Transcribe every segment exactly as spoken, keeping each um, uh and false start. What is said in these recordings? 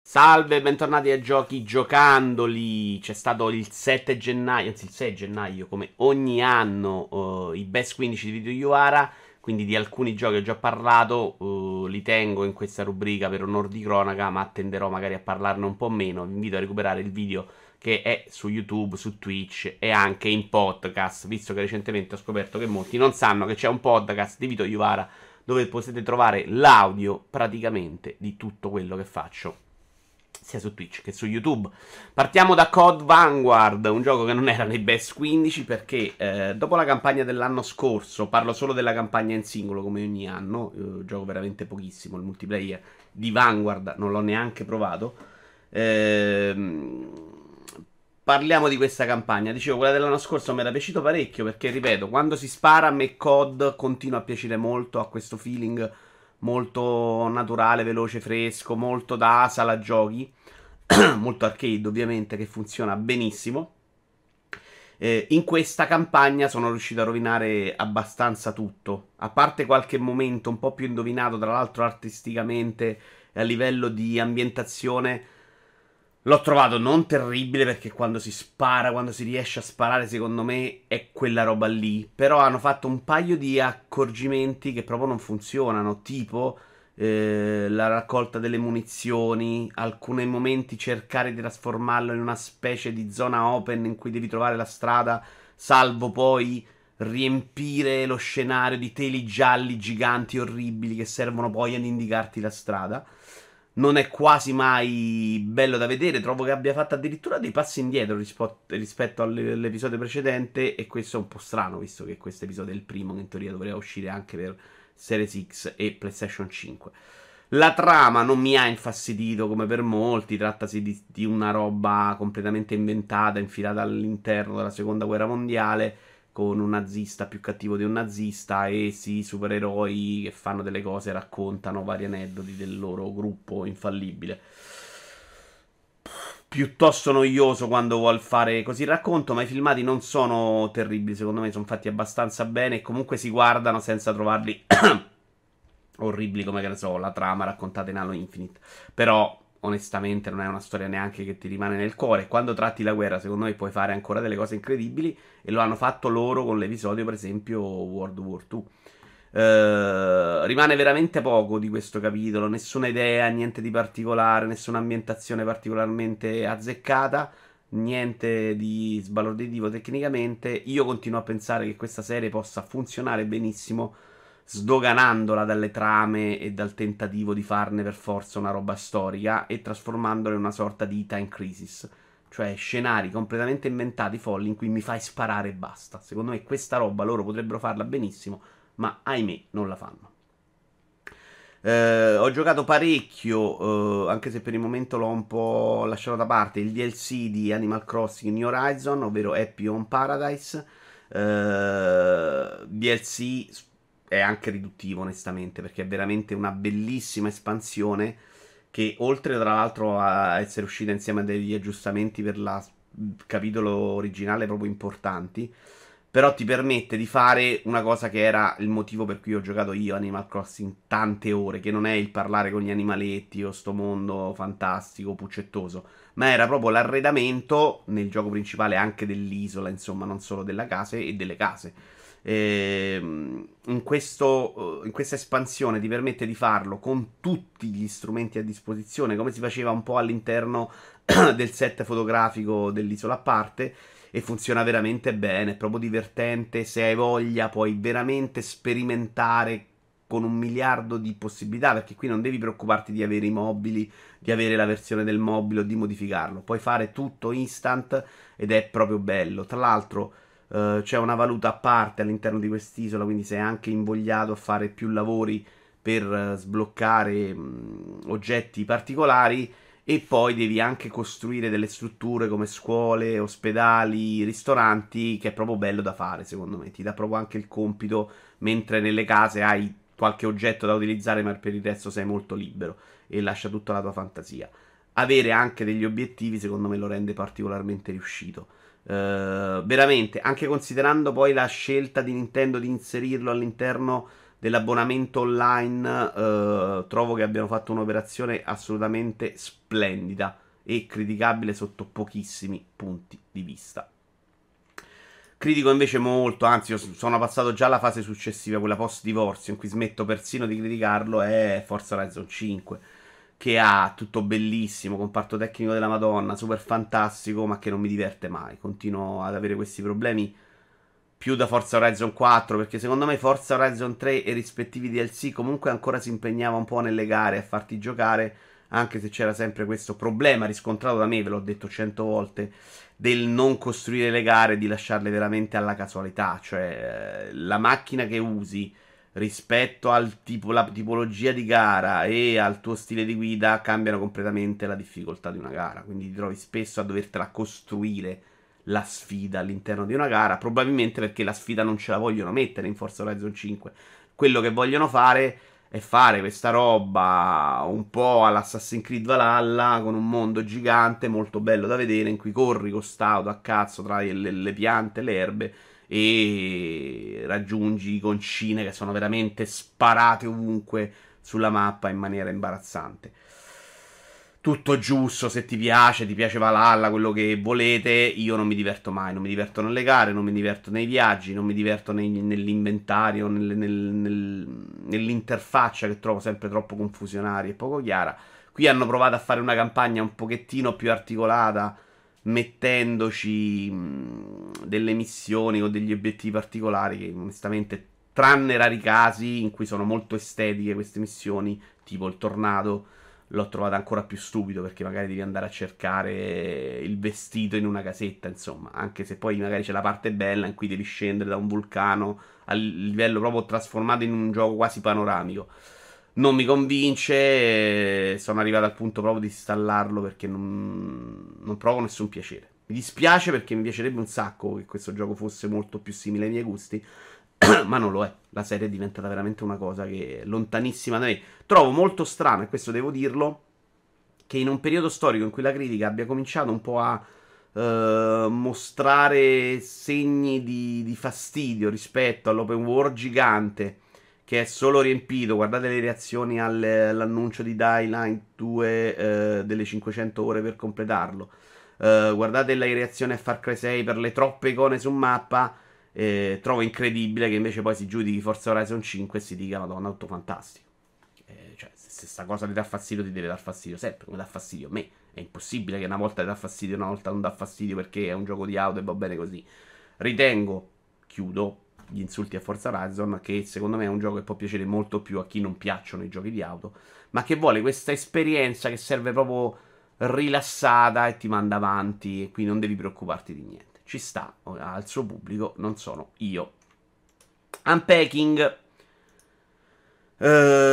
Salve, bentornati a Giochi Giocandoli. C'è stato il sette gennaio, anzi il sei gennaio, come ogni anno, eh, i Best quindici di Video Iuara. Quindi di alcuni giochi ho già parlato, eh, li tengo in questa rubrica per onor di cronaca, ma tenderò magari a parlarne un po' meno. Vi invito a recuperare il video che è su YouTube, su Twitch e anche in podcast, visto che recentemente ho scoperto che molti non sanno che c'è un podcast di Vito Iuvara dove potete trovare l'audio praticamente di tutto quello che faccio sia su Twitch che su YouTube. Partiamo da C O D Vanguard, un gioco che non era nei Best quindici perché eh, dopo la campagna dell'anno scorso, parlo solo della campagna in singolo come ogni anno, eh, gioco veramente pochissimo, il multiplayer di Vanguard non l'ho neanche provato. Ehm... Parliamo di questa campagna. Dicevo, quella dell'anno scorso mi era piaciuto parecchio perché, ripeto, quando si spara a me C O D continua a piacere molto, ha questo feeling molto naturale, veloce, fresco, molto da sala giochi, molto arcade ovviamente, che funziona benissimo. Eh, in questa campagna sono riuscito a rovinare abbastanza tutto, a parte qualche momento un po' più indovinato, tra l'altro artisticamente e a livello di ambientazione. L'ho trovato non terribile perché quando si spara, quando si riesce a sparare, secondo me è quella roba lì. Però hanno fatto un paio di accorgimenti che proprio non funzionano, tipo eh, la raccolta delle munizioni, alcuni momenti cercare di trasformarlo in una specie di zona open in cui devi trovare la strada, salvo poi riempire lo scenario di teli gialli giganti orribili che servono poi ad indicarti la strada. Non è quasi mai bello da vedere. Trovo che abbia fatto addirittura dei passi indietro rispo- rispetto all'episodio precedente. E questo è un po' strano, visto che questo episodio è il primo, che in teoria doveva uscire anche per Series X e PlayStation cinque. La trama non mi ha infastidito come per molti. Trattasi di, di una roba completamente inventata, infilata all'interno della seconda guerra mondiale, con un nazista più cattivo di un nazista e sì, supereroi che fanno delle cose e raccontano vari aneddoti del loro gruppo infallibile. Piuttosto noioso quando vuol fare così il racconto, ma i filmati non sono terribili, secondo me sono fatti abbastanza bene e comunque si guardano senza trovarli orribili come, che ne so, la trama raccontata in Halo Infinite. Però onestamente non è una storia neanche che ti rimane nel cuore. Quando tratti la guerra, secondo me puoi fare ancora delle cose incredibili e lo hanno fatto loro con l'episodio, per esempio, World War due. Uh, rimane veramente poco di questo capitolo, nessuna idea, niente di particolare, nessuna ambientazione particolarmente azzeccata, niente di sbalorditivo tecnicamente. Io continuo a pensare che questa serie possa funzionare benissimo sdoganandola dalle trame e dal tentativo di farne per forza una roba storica e trasformandola in una sorta di time crisis, cioè scenari completamente inventati, folli, in cui mi fai sparare e basta. Secondo me questa roba loro potrebbero farla benissimo, ma ahimè non la fanno. Eh, ho giocato parecchio, eh, anche se per il momento l'ho un po' lasciato da parte, il D L C di Animal Crossing New Horizon, ovvero Happy on Paradise. Eh, D L C è anche riduttivo onestamente perché è veramente una bellissima espansione che oltre tra l'altro a essere uscita insieme a degli aggiustamenti per la capitolo originale proprio importanti, però ti permette di fare una cosa che era il motivo per cui ho giocato io Animal Crossing tante ore, che non è il parlare con gli animaletti o sto mondo fantastico, puccettoso, ma era proprio l'arredamento nel gioco principale anche dell'isola, insomma, non solo della casa e delle case. Ehm, in, questo, in questa espansione ti permette di farlo con tutti gli strumenti a disposizione, come si faceva un po' all'interno del set fotografico dell'isola a parte, e funziona veramente bene, è proprio divertente. Se hai voglia puoi veramente sperimentare con un miliardo di possibilità, perché qui non devi preoccuparti di avere i mobili, di avere la versione del mobile o di modificarlo, puoi fare tutto instant ed è proprio bello. Tra l'altro Uh, c'è una valuta a parte all'interno di quest'isola, quindi sei anche invogliato a fare più lavori per uh, sbloccare mh, oggetti particolari e poi devi anche costruire delle strutture come scuole, ospedali, ristoranti, che è proprio bello da fare, secondo me. Ti dà proprio anche il compito, mentre nelle case hai qualche oggetto da utilizzare, ma per il resto sei molto libero e lascia tutta la tua fantasia. Avere anche degli obiettivi, secondo me, lo rende particolarmente riuscito. Uh, veramente, anche considerando poi la scelta di Nintendo di inserirlo all'interno dell'abbonamento online, eh, trovo che abbiano fatto un'operazione assolutamente splendida e criticabile sotto pochissimi punti di vista. Critico invece molto, anzi io sono passato già alla fase successiva, quella post divorzio, in cui smetto persino di criticarlo, è Forza Horizon cinque, che ha tutto bellissimo, comparto tecnico della Madonna, super fantastico, ma che non mi diverte mai. Continuo ad avere questi problemi più da Forza Horizon quattro, perché secondo me Forza Horizon tre e i rispettivi D L C comunque ancora si impegnava un po' nelle gare a farti giocare, anche se c'era sempre questo problema riscontrato da me, ve l'ho detto cento volte, del non costruire le gare, di lasciarle veramente alla casualità, cioè la macchina che usi rispetto al tipo, la tipologia di gara e al tuo stile di guida cambiano completamente la difficoltà di una gara, quindi ti trovi spesso a dovertela costruire la sfida all'interno di una gara, probabilmente perché la sfida non ce la vogliono mettere in Forza Horizon cinque. Quello che vogliono fare è fare questa roba un po' all'Assassin's Creed Valhalla, con un mondo gigante molto bello da vedere, in cui corri con st'auto a cazzo tra le, le piante, le erbe, e raggiungi concine che sono veramente sparate ovunque sulla mappa in maniera imbarazzante. Tutto giusto, se ti piace, ti piace Valhalla, quello che volete. Io non mi diverto mai, non mi diverto nelle gare, non mi diverto nei viaggi, non mi diverto nei, nell'inventario, nel, nel, nel, nell'interfaccia che trovo sempre troppo confusionaria e poco chiara. Qui hanno provato a fare una campagna un pochettino più articolata, mettendoci mh, delle missioni o degli obiettivi particolari che onestamente, tranne rari casi in cui sono molto estetiche queste missioni, tipo il tornado, l'ho trovata ancora più stupido, perché magari devi andare a cercare il vestito in una casetta, insomma, anche se poi magari c'è la parte bella in cui devi scendere da un vulcano a livello proprio trasformato in un gioco quasi panoramico. Non mi convince, sono arrivato al punto proprio di installarlo perché non, non provo nessun piacere. Mi dispiace perché mi piacerebbe un sacco che questo gioco fosse molto più simile ai miei gusti, ma non lo è. La serie è diventata veramente una cosa che è lontanissima da me. Trovo molto strano, e questo devo dirlo, che in un periodo storico in cui la critica abbia cominciato un po' a uh, mostrare segni di, di fastidio rispetto all'open world gigante, che è solo riempito. Guardate le reazioni al, all'annuncio di Dying Light due, uh, delle cinquecento ore per completarlo. Uh, guardate le reazioni a Far Cry sei per le troppe icone su mappa. Eh, trovo incredibile che invece poi si giudichi Forza Horizon cinque e si dica Madonna, tutto fantastico. Eh, cioè, se sta cosa ti dà fastidio, ti deve dar fastidio sempre, come dà fastidio a me. È impossibile che una volta ti dà fastidio e una volta non dà fastidio, perché è un gioco di auto e va bene così. Ritengo, chiudo gli insulti a Forza Horizon, che secondo me è un gioco che può piacere molto più a chi non piacciono i giochi di auto, ma che vuole questa esperienza che serve proprio rilassata e ti manda avanti, e qui non devi preoccuparti di niente. Ci sta, al suo pubblico, non sono io. Unpacking. Uh,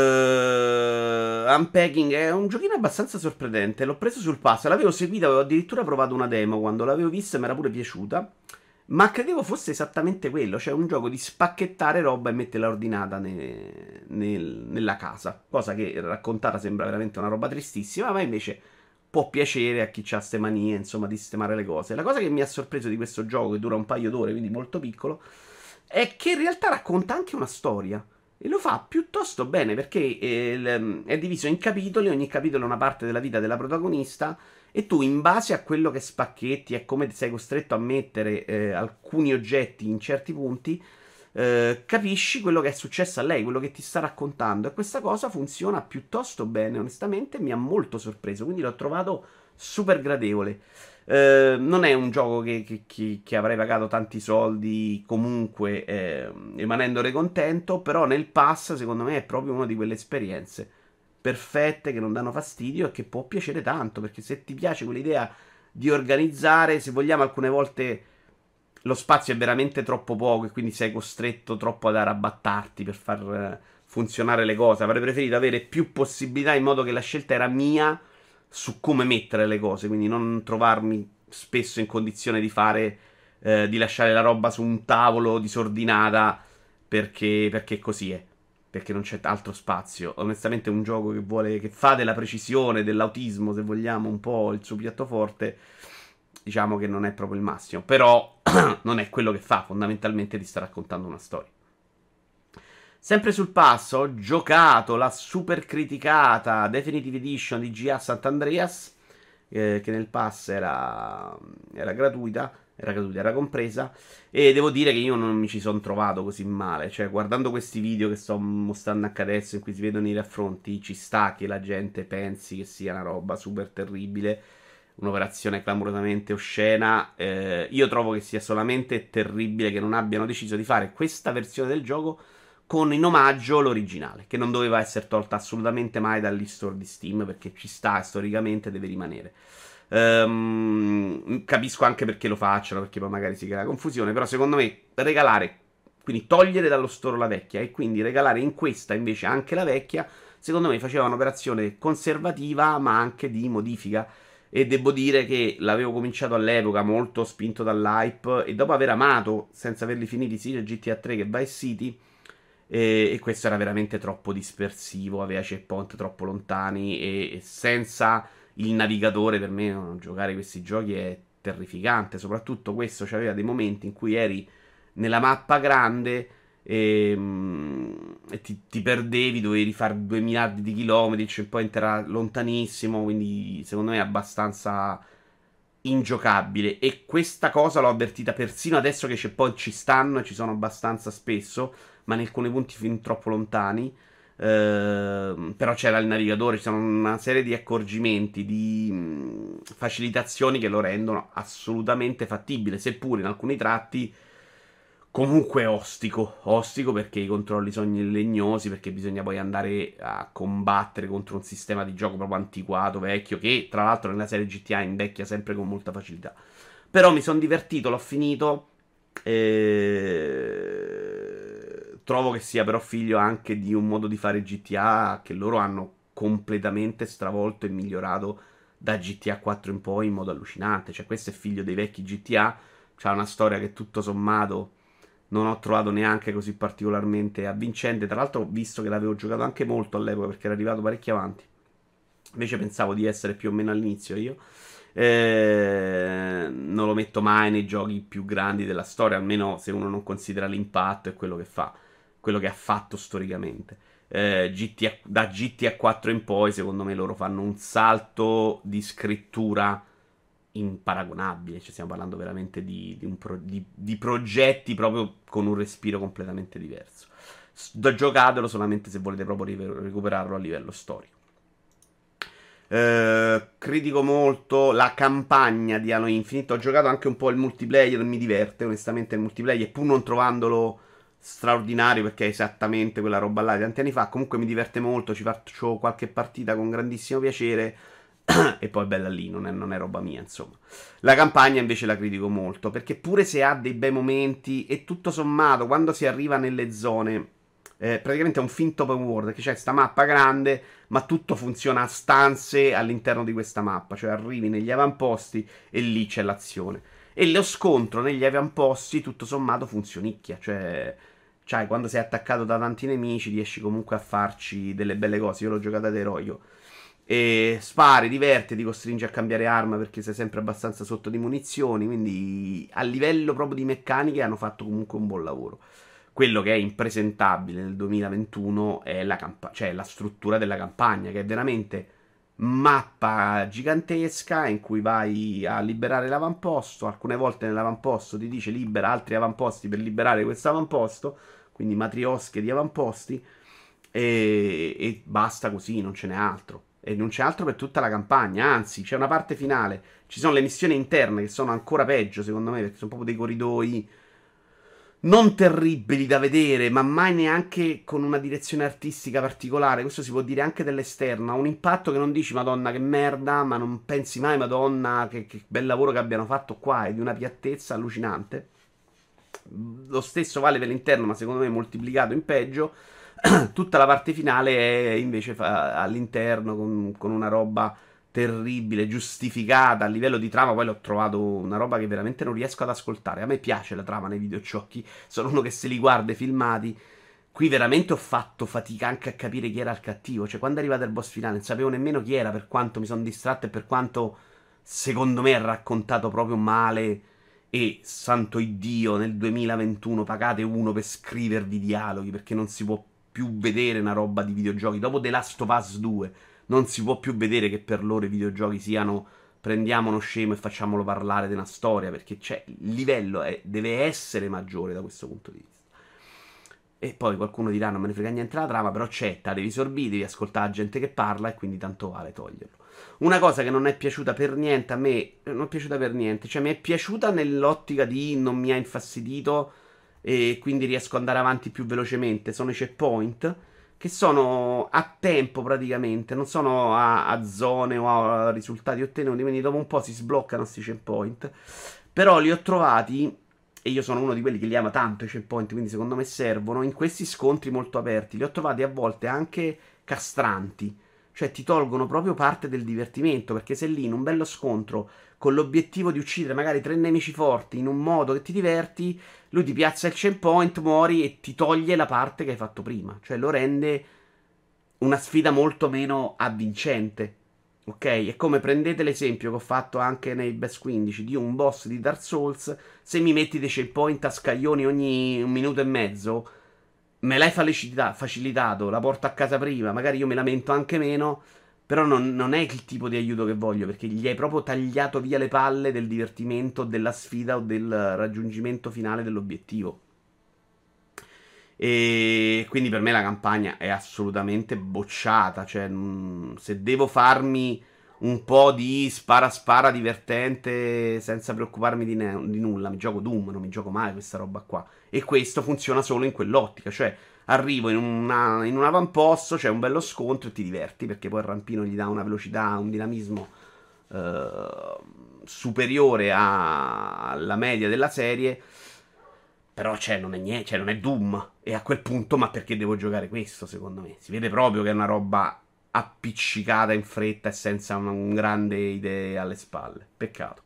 Unpacking è un giochino abbastanza sorprendente. L'ho preso sul pass, l'avevo seguito, avevo addirittura provato una demo quando l'avevo vista e mi era pure piaciuta. Ma credevo fosse esattamente quello, cioè un gioco di spacchettare roba e metterla ordinata ne, nel, nella casa. Cosa che raccontata sembra veramente una roba tristissima, ma invece può piacere a chi ha ste manie, insomma, di sistemare le cose. La cosa che mi ha sorpreso di questo gioco, che dura un paio d'ore, quindi molto piccolo, è che in realtà racconta anche una storia. E lo fa piuttosto bene, perché eh, è diviso in capitoli, ogni capitolo è una parte della vita della protagonista, e tu, in base a quello che spacchetti e come sei costretto a mettere eh, alcuni oggetti in certi punti, eh, capisci quello che è successo a lei, quello che ti sta raccontando. E questa cosa funziona piuttosto bene, onestamente mi ha molto sorpreso, quindi l'ho trovato super gradevole. Eh, non è un gioco che, che, che, che avrei pagato tanti soldi comunque, eh, rimanendone contento, però nel pass secondo me è proprio una di quelle esperienze perfette che non danno fastidio e che può piacere tanto, perché se ti piace quell'idea di organizzare, se vogliamo, alcune volte lo spazio è veramente troppo poco e quindi sei costretto troppo ad arrabattarti per far funzionare le cose. Avrei preferito avere più possibilità, in modo che la scelta era mia su come mettere le cose, quindi non trovarmi spesso in condizione di fare eh, di lasciare la roba su un tavolo disordinata perché, perché così è, perché non c'è altro spazio. Onestamente è un gioco che vuole, che fa della precisione, dell'autismo, se vogliamo, un po' il suo piatto forte. Diciamo che non è proprio il massimo, però non è quello che fa, fondamentalmente ti sta raccontando una storia. Sempre sul pass ho giocato la super criticata Definitive Edition di G A Sant'Andreas, eh, che nel pass era, era gratuita, era gratuita, era compresa, e devo dire che io non mi ci sono trovato così male, cioè guardando questi video che sto mostrando anche adesso in cui si vedono i raffronti, ci sta che la gente pensi che sia una roba super terribile, un'operazione clamorosamente oscena. Eh, io trovo che sia solamente terribile che non abbiano deciso di fare questa versione del gioco con in omaggio l'originale, che non doveva essere tolta assolutamente mai dagli store di Steam, perché ci sta e storicamente deve rimanere. Ehm, capisco anche perché lo facciano, perché poi magari si crea confusione, però secondo me regalare, quindi togliere dallo store la vecchia e quindi regalare in questa invece anche la vecchia, secondo me faceva un'operazione conservativa ma anche di modifica. E devo dire che l'avevo cominciato all'epoca molto spinto dall'hype e dopo aver amato, senza averli finiti, sia G T A tre che Vice City, e, e questo era veramente troppo dispersivo, aveva checkpoint troppo lontani e, e senza il navigatore per me no, giocare questi giochi è terrificante. Soprattutto questo c'aveva dei momenti in cui eri nella mappa grande e, mm, e ti, ti perdevi, dovevi rifare due miliardi di chilometri, il checkpoint era lontanissimo, quindi secondo me è abbastanza ingiocabile. E questa cosa l'ho avvertita persino adesso che checkpoint ci stanno e ci sono abbastanza spesso, ma in alcuni punti fin troppo lontani. Uh, però c'era il navigatore, ci sono una serie di accorgimenti, di mh, facilitazioni che lo rendono assolutamente fattibile, seppure in alcuni tratti comunque ostico. Ostico perché i controlli sono legnosi, perché bisogna poi andare a combattere contro un sistema di gioco proprio antiquato, vecchio, che tra l'altro nella serie G T A invecchia sempre con molta facilità. Però mi sono divertito, l'ho finito. E trovo che sia però figlio anche di un modo di fare G T A che loro hanno completamente stravolto e migliorato da G T A quattro in poi in modo allucinante. Cioè questo è figlio dei vecchi G T A, c'ha una storia che tutto sommato non ho trovato neanche così particolarmente avvincente. Tra l'altro ho visto che l'avevo giocato anche molto all'epoca perché era arrivato parecchio avanti, invece pensavo di essere più o meno all'inizio io. Eh, non lo metto mai nei giochi più grandi della storia, almeno se uno non considera l'impatto e quello che fa, quello che ha fatto storicamente. Eh, G T A, da G T A quattro in poi, secondo me, loro fanno un salto di scrittura imparagonabile. Cioè, stiamo parlando veramente di, di, un pro, di, di progetti proprio con un respiro completamente diverso. S- giocatelo solamente se volete proprio rive- recuperarlo a livello storico. Uh, critico molto la campagna di Halo Infinite. Ho giocato anche un po' il multiplayer, mi diverte onestamente il multiplayer, pur non trovandolo straordinario perché è esattamente quella roba là di tanti anni fa. Comunque mi diverte molto, ci faccio qualche partita con grandissimo piacere e poi bella lì, non è, non è roba mia insomma. La campagna invece la critico molto perché pure se ha dei bei momenti e tutto sommato quando si arriva nelle zone eh, praticamente è un finto open world, che c'è sta mappa grande ma tutto funziona a stanze all'interno di questa mappa, cioè arrivi negli avamposti e lì c'è l'azione. E lo scontro negli avamposti tutto sommato funzionicchia, cioè, cioè quando sei attaccato da tanti nemici riesci comunque a farci delle belle cose. Io l'ho giocata ad eroico e spari, diverti, ti costringe a cambiare arma perché sei sempre abbastanza sotto di munizioni, quindi a livello proprio di meccaniche hanno fatto comunque un buon lavoro. Quello che è impresentabile nel duemilaventuno è la, camp- cioè la struttura della campagna, che è veramente mappa gigantesca in cui vai a liberare l'avamposto. Alcune volte nell'avamposto ti dice libera altri avamposti per liberare questo avamposto, quindi matriosche di avamposti, e, e basta così, non ce n'è altro. E non c'è altro per tutta la campagna, anzi c'è una parte finale, ci sono le missioni interne che sono ancora peggio secondo me, perché sono proprio dei corridoi non terribili da vedere, ma mai neanche con una direzione artistica particolare. Questo si può dire anche dell'esterno. Ha un impatto che non dici Madonna che merda, ma non pensi mai Madonna che, che bel lavoro che abbiano fatto qua. È di una piattezza allucinante. Lo stesso vale per l'interno, ma secondo me moltiplicato in peggio. Tutta la parte finale è invece fa, all'interno con, con una roba terribile, giustificata a livello di trama. Poi l'ho trovato una roba che veramente non riesco ad ascoltare. A me piace la trama nei videogiochi, sono uno che se li guarda i filmati. Qui veramente ho fatto fatica anche a capire chi era il cattivo. Cioè, quando è arrivato il boss finale, non sapevo nemmeno chi era, per quanto mi sono distratto e per quanto secondo me è raccontato proprio male. E santo Iddio, nel duemilaventuno pagate uno per scrivervi dialoghi perché non si può più vedere una roba di videogiochi. Dopo The Last of Us due non si può più vedere che per loro i videogiochi siano prendiamo uno scemo e facciamolo parlare di una storia, perché c'è, il livello è, deve essere maggiore da questo punto di vista. E poi qualcuno dirà non me ne frega niente la trama, però c'è, te devi sorbire, devi ascoltare la gente che parla e quindi tanto vale toglierlo. Una cosa che non è piaciuta per niente a me, non è piaciuta per niente, cioè mi è piaciuta nell'ottica di non mi ha infastidito e quindi riesco ad andare avanti più velocemente, sono i checkpoint che sono a tempo praticamente, non sono a, a zone o a risultati ottenuti, quindi dopo un po' si sbloccano questi checkpoint. Però li ho trovati, e io sono uno di quelli che li ama tanto i checkpoint, quindi secondo me servono, in questi scontri molto aperti, li ho trovati a volte anche castranti, cioè ti tolgono proprio parte del divertimento, perché sei lì in un bello scontro con l'obiettivo di uccidere magari tre nemici forti in un modo che ti diverti, lui ti piazza il checkpoint, muori e ti toglie la parte che hai fatto prima. Cioè lo rende una sfida molto meno avvincente. Ok? È come prendete l'esempio che ho fatto anche nei Best quindici di un boss di Dark Souls. Se mi metti dei checkpoint a scaglioni ogni un minuto e mezzo, me l'hai facilita- facilitato, la porto a casa prima, magari io me lamento anche meno. Però non, non è il tipo di aiuto che voglio, perché gli hai proprio tagliato via le palle del divertimento, della sfida o del raggiungimento finale dell'obiettivo. E quindi per me la campagna è assolutamente bocciata. Cioè, mh, se devo farmi un po' di spara spara divertente senza preoccuparmi di, ne- di nulla, mi gioco Doom, non mi gioco mai questa roba qua. E questo funziona solo in quell'ottica, cioè arrivo in, una, in un avamposto, c'è un bello scontro e ti diverti perché poi il rampino gli dà una velocità, un dinamismo eh, superiore a- alla media della serie. Però cioè, non è niente, cioè non è Doom. E a quel punto, ma perché devo giocare questo, secondo me? Si vede proprio che è una roba appiccicata in fretta e senza un, un grande idee alle spalle. Peccato.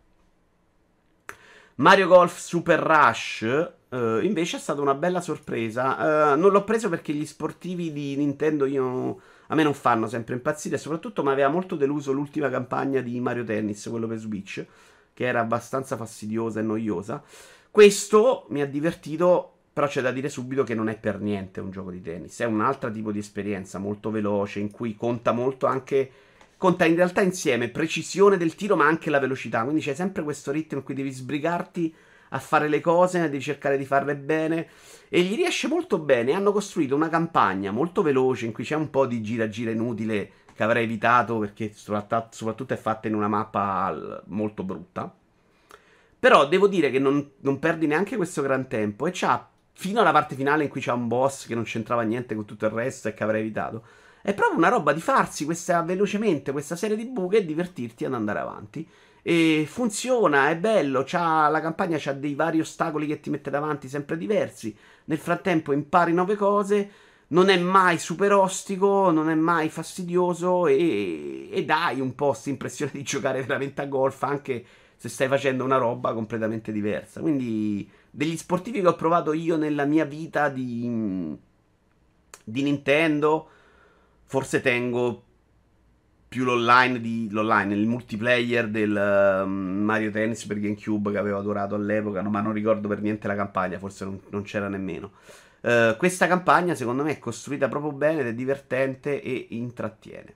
Mario Golf Super Rush eh, invece è stata una bella sorpresa. Eh, non l'ho preso perché gli sportivi di Nintendo io, a me non fanno sempre impazzire. E soprattutto mi aveva molto deluso l'ultima campagna di Mario Tennis, quello per Switch, che era abbastanza fastidiosa e noiosa. Questo mi ha divertito, però c'è da dire subito che non è per niente un gioco di tennis. È un altro tipo di esperienza molto veloce in cui conta molto anche conta in realtà insieme precisione del tiro ma anche la velocità, quindi c'è sempre questo ritmo in cui devi sbrigarti a fare le cose, devi cercare di farle bene e gli riesce molto bene. Hanno costruito una campagna molto veloce in cui c'è un po' di gira gira inutile che avrei evitato perché soprattutto è fatta in una mappa molto brutta. Però devo dire che non, non perdi neanche questo gran tempo e c'ha fino alla parte finale in cui c'è un boss che non c'entrava niente con tutto il resto e che avrei evitato. È proprio una roba di farsi questa velocemente questa serie di buche e divertirti ad andare avanti. E funziona, è bello. C'ha, la campagna ha dei vari ostacoli che ti mette davanti, sempre diversi. Nel frattempo impari nuove cose. Non è mai super ostico, non è mai fastidioso. E, e dai un po' questa impressione di giocare veramente a golf anche se stai facendo una roba completamente diversa. Quindi, degli sportivi che ho provato io nella mia vita di, di Nintendo. Forse tengo più l'online, di, l'online, il multiplayer del uh, Mario Tennis per GameCube che avevo adorato all'epoca, no, ma non ricordo per niente la campagna, forse non, non c'era nemmeno. Uh, questa campagna secondo me è costruita proprio bene ed è divertente e intrattiene.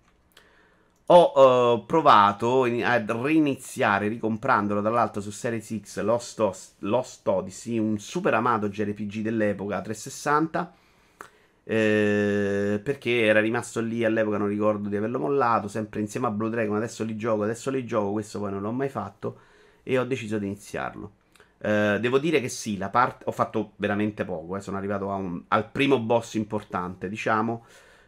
Ho uh, provato a reiniziare, ricomprandolo tra l'altro su Series X, Lost, Os- Lost Odyssey, un super amato J R P G dell'epoca trecentosessanta. Eh, perché era rimasto lì all'epoca, non ricordo di averlo mollato, sempre insieme a Blue Dragon. Adesso li gioco, adesso li gioco. Questo poi non l'ho mai fatto e ho deciso di iniziarlo. Eh, devo dire che sì, la parte ho fatto veramente poco. Eh, sono arrivato a un- al primo boss importante, diciamo,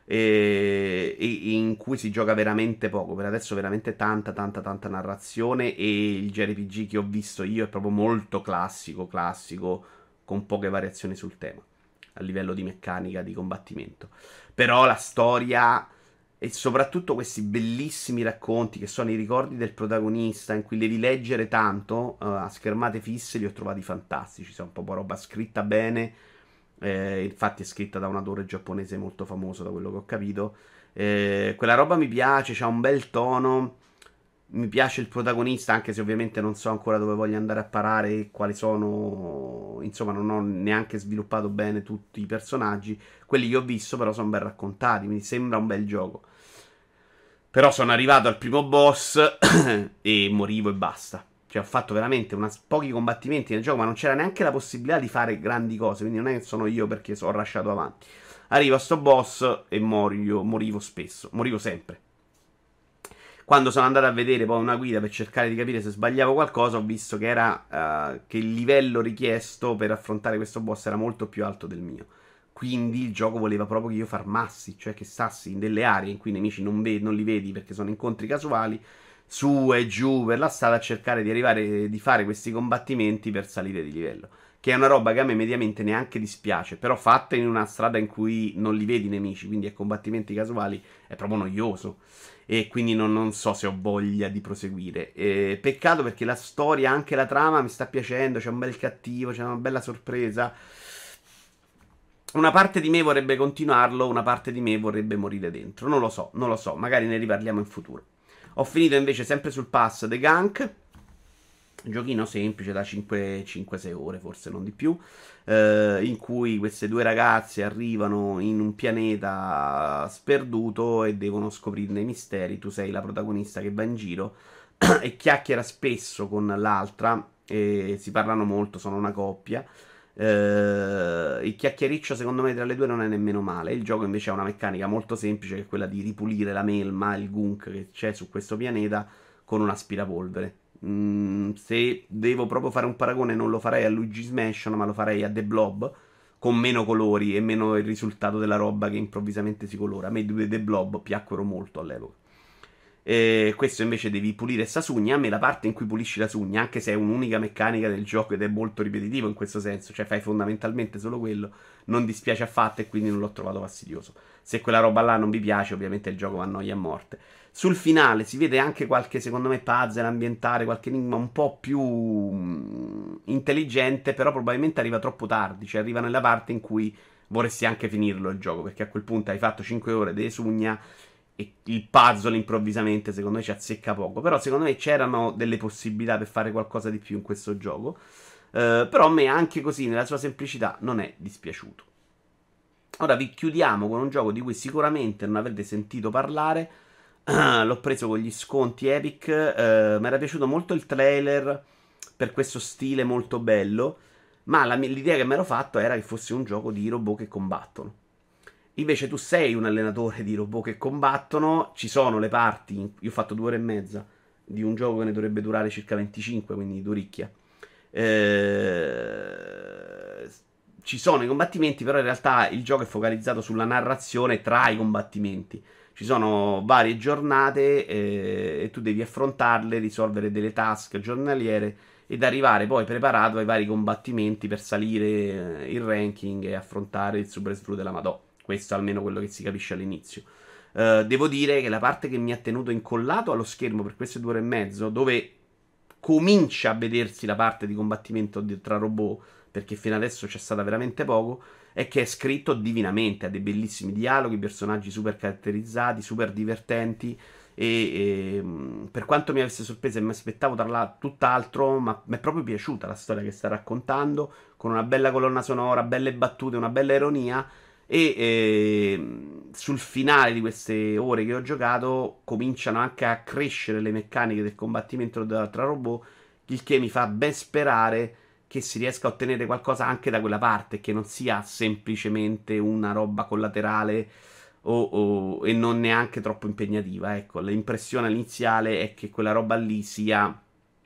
e, e- in cui si gioca veramente poco. Per adesso, veramente tanta, tanta, tanta narrazione. E il J R P G che ho visto io è proprio molto classico, classico, con poche variazioni sul tema a livello di meccanica di combattimento. Però la storia e soprattutto questi bellissimi racconti che sono i ricordi del protagonista in cui devi leggere tanto uh, a schermate fisse li ho trovati fantastici. C'è un po' roba scritta bene. Eh, infatti è scritta da un autore giapponese molto famoso da quello che ho capito. Eh, quella roba mi piace, c'ha un bel tono Mi piace il protagonista, anche se ovviamente non so ancora dove voglio andare a parare e quali sono. Insomma, non ho neanche sviluppato bene tutti i personaggi. Quelli che ho visto, però, sono ben raccontati. Mi sembra un bel gioco. Però sono arrivato al primo boss e morivo e basta. Cioè, ho fatto veramente una, pochi combattimenti nel gioco, ma non c'era neanche la possibilità di fare grandi cose. Quindi non è che sono io perché sono rushato avanti. Arrivo a sto boss e morivo, morivo spesso. Morivo sempre. Quando sono andato a vedere poi una guida per cercare di capire se sbagliavo qualcosa, ho visto che era uh, che il livello richiesto per affrontare questo boss era molto più alto del mio. Quindi il gioco voleva proprio che io farmassi, cioè che stassi in delle aree in cui i nemici non, ve- non li vedi perché sono incontri casuali, su e giù per la strada a cercare di arrivare, di fare questi combattimenti per salire di livello. Che è una roba che a me mediamente neanche dispiace, però fatta in una strada in cui non li vedi i nemici, quindi a combattimenti casuali è proprio noioso. E quindi non, non so se ho voglia di proseguire. E peccato perché la storia, anche la trama, mi sta piacendo. C'è un bel cattivo, c'è una bella sorpresa. Una parte di me vorrebbe continuarlo, una parte di me vorrebbe morire dentro. Non lo so, non lo so. Magari ne riparliamo in futuro. Ho finito invece sempre sul pass The Gunk. Giochino semplice da cinque sei ore, forse non di più. Eh, in cui queste due ragazze arrivano in un pianeta sperduto e devono scoprirne i misteri. Tu sei la protagonista che va in giro e chiacchiera spesso con l'altra. E si parlano molto, sono una coppia. Eh, il chiacchiericcio, secondo me, tra le due non è nemmeno male. Il gioco invece ha una meccanica molto semplice, che è quella di ripulire la melma, il gunk che c'è su questo pianeta con un aspirapolvere. Mm, se devo proprio fare un paragone, non lo farei a Luigi's Mansion, ma lo farei a The Blob, con meno colori e meno il risultato della roba che improvvisamente si colora. A me due The Blob piacquero molto all'epoca. E questo invece devi pulire sta sugna. A me la parte in cui pulisci la sugna, anche se è un'unica meccanica del gioco ed è molto ripetitivo in questo senso, cioè fai fondamentalmente solo quello, non dispiace affatto e quindi non l'ho trovato fastidioso. Se quella roba là non vi piace, ovviamente il gioco va a noia a morte. Sul finale si vede anche qualche, secondo me, puzzle ambientale, qualche enigma un po' più mm, intelligente, però probabilmente arriva troppo tardi, cioè arriva nella parte in cui vorresti anche finirlo il gioco, perché a quel punto hai fatto cinque ore di sugna e il puzzle improvvisamente secondo me ci azzecca poco. Però secondo me c'erano delle possibilità per fare qualcosa di più in questo gioco. Uh, però a me anche così nella sua semplicità non è dispiaciuto. Ora vi chiudiamo con un gioco di cui sicuramente non avrete sentito parlare. Uh, l'ho preso con gli sconti Epic. Uh, mi era piaciuto molto il trailer per questo stile molto bello, ma la, l'idea che mi ero fatto era che fosse un gioco di robot che combattono. Invece tu sei un allenatore di robot che combattono, ci sono le parti, io ho fatto due ore e mezza di un gioco che ne dovrebbe durare circa venticinque, quindi due ricchia. Eh, ci sono i combattimenti, però in realtà il gioco è focalizzato sulla narrazione tra i combattimenti. Ci sono varie giornate eh, e tu devi affrontarle, risolvere delle task giornaliere ed arrivare poi preparato ai vari combattimenti per salire eh, il ranking e affrontare il Super Sfru della Madò. Questo è almeno quello che si capisce all'inizio. Uh, devo dire che la parte che mi ha tenuto incollato allo schermo per queste due ore e mezzo, dove comincia a vedersi la parte di combattimento di, tra robot, perché fino adesso c'è stata veramente poco, è che è scritto divinamente, ha dei bellissimi dialoghi, personaggi super caratterizzati, super divertenti. E, e per quanto mi avesse sorpreso e mi aspettavo tra la, tutt'altro, ma mi è proprio piaciuta la storia che sta raccontando, con una bella colonna sonora, belle battute, una bella ironia. E eh, sul finale di queste ore che ho giocato cominciano anche a crescere le meccaniche del combattimento tra robot, il che mi fa ben sperare che si riesca a ottenere qualcosa anche da quella parte, che non sia semplicemente una roba collaterale o, o, e non neanche troppo impegnativa. Ecco, l'impressione iniziale è che quella roba lì sia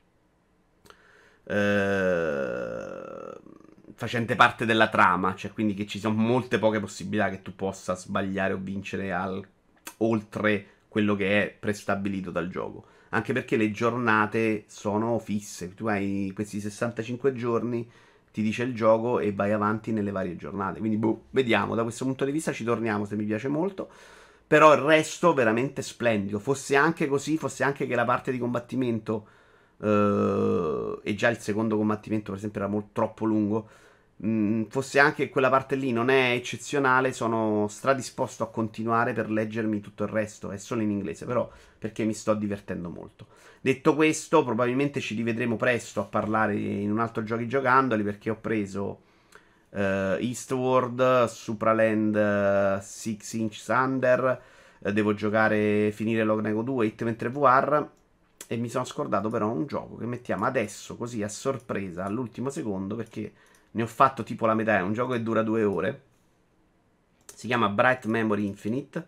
eh, facente parte della trama, cioè quindi che ci sono molte poche possibilità che tu possa sbagliare o vincere al, oltre quello che è prestabilito dal gioco. Anche perché le giornate sono fisse, tu hai questi sessantacinque giorni, ti dice il gioco e vai avanti nelle varie giornate. Quindi boh, vediamo, da questo punto di vista ci torniamo se mi piace molto. Però il resto veramente splendido. Fosse anche così, fosse anche che la parte di combattimento uh, e già il secondo combattimento per esempio era molto, troppo lungo, mh, fosse anche che quella parte lì non è eccezionale, sono stradisposto a continuare per leggermi tutto il resto. È solo in inglese, però perché mi sto divertendo molto. Detto questo, probabilmente ci rivedremo presto a parlare in un altro giochi giocandoli, perché ho preso eh, Eastward, Supraland eh, sei Inches Under, eh, devo giocare, finire Lognego due, Hitman tre V R, e mi sono scordato però un gioco che mettiamo adesso così a sorpresa all'ultimo secondo, perché ne ho fatto tipo la metà, è un gioco che dura due ore, si chiama Bright Memory Infinite.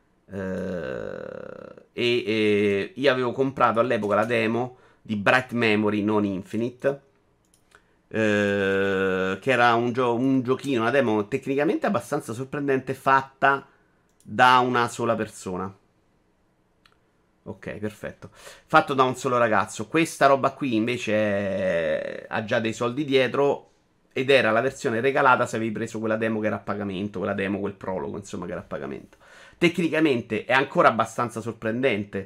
Eh, e, e io avevo comprato all'epoca la demo di Bright Memory non Infinite, eh, che era un, gio- un giochino, una demo tecnicamente abbastanza sorprendente, fatta da una sola persona. Ok, perfetto. Fatto da un solo ragazzo. Questa roba qui invece è- ha già dei soldi dietro. Ed era la versione regalata se avevi preso quella demo che era a pagamento. Quella demo, quel prologo, insomma, che era a pagamento. Tecnicamente è ancora abbastanza sorprendente.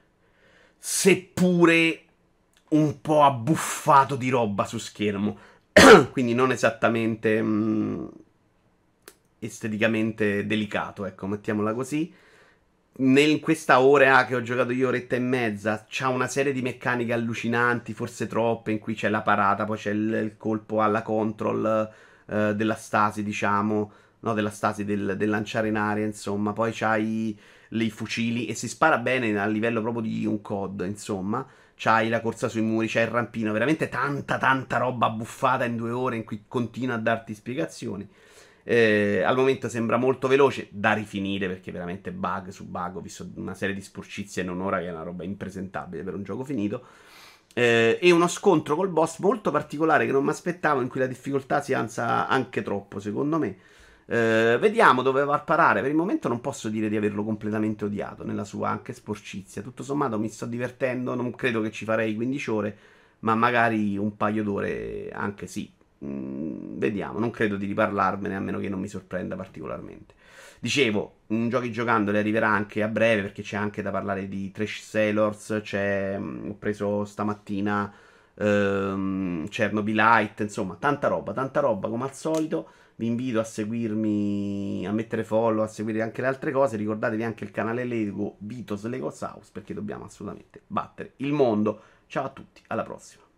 Seppure un po' abbuffato di roba su schermo. Quindi non esattamente mh, esteticamente delicato, ecco, mettiamola così. In questa ora che ho giocato io, oretta e mezza, c'ha una serie di meccaniche allucinanti, forse troppe, in cui c'è la parata, poi c'è il, il colpo alla control eh, della stasi, diciamo, no, della stasi del, del lanciare in aria, insomma, poi c'hai i fucili e si spara bene a livello proprio di un C O D, insomma. C'hai la corsa sui muri, c'hai il rampino, veramente tanta tanta roba buffata in due ore in cui continua a darti spiegazioni. Eh, al momento sembra molto veloce da rifinire, perché veramente bug su bug. Ho visto una serie di sporcizie in un'ora che è una roba impresentabile per un gioco finito. Eh, e uno scontro col boss molto particolare che non mi aspettavo, in cui la difficoltà si alza anche troppo, secondo me. Eh, vediamo dove va a parare. Per il momento non posso dire di averlo completamente odiato nella sua anche sporcizia. Tutto sommato mi sto divertendo. Non credo che ci farei quindici ore, ma magari un paio d'ore anche sì. Mm, vediamo, non credo di riparlarmene a meno che non mi sorprenda particolarmente. Dicevo, un giochi giocandoli arriverà anche a breve, perché c'è anche da parlare di Trash Sailors. C'è, mm, ho preso stamattina ehm, Chernobylite, insomma, tanta roba, tanta roba come al solito. Vi invito a seguirmi, a mettere follow, a seguire anche le altre cose. Ricordatevi anche il canale Lego Vitos Lego House, perché dobbiamo assolutamente battere il mondo. Ciao a tutti, alla prossima.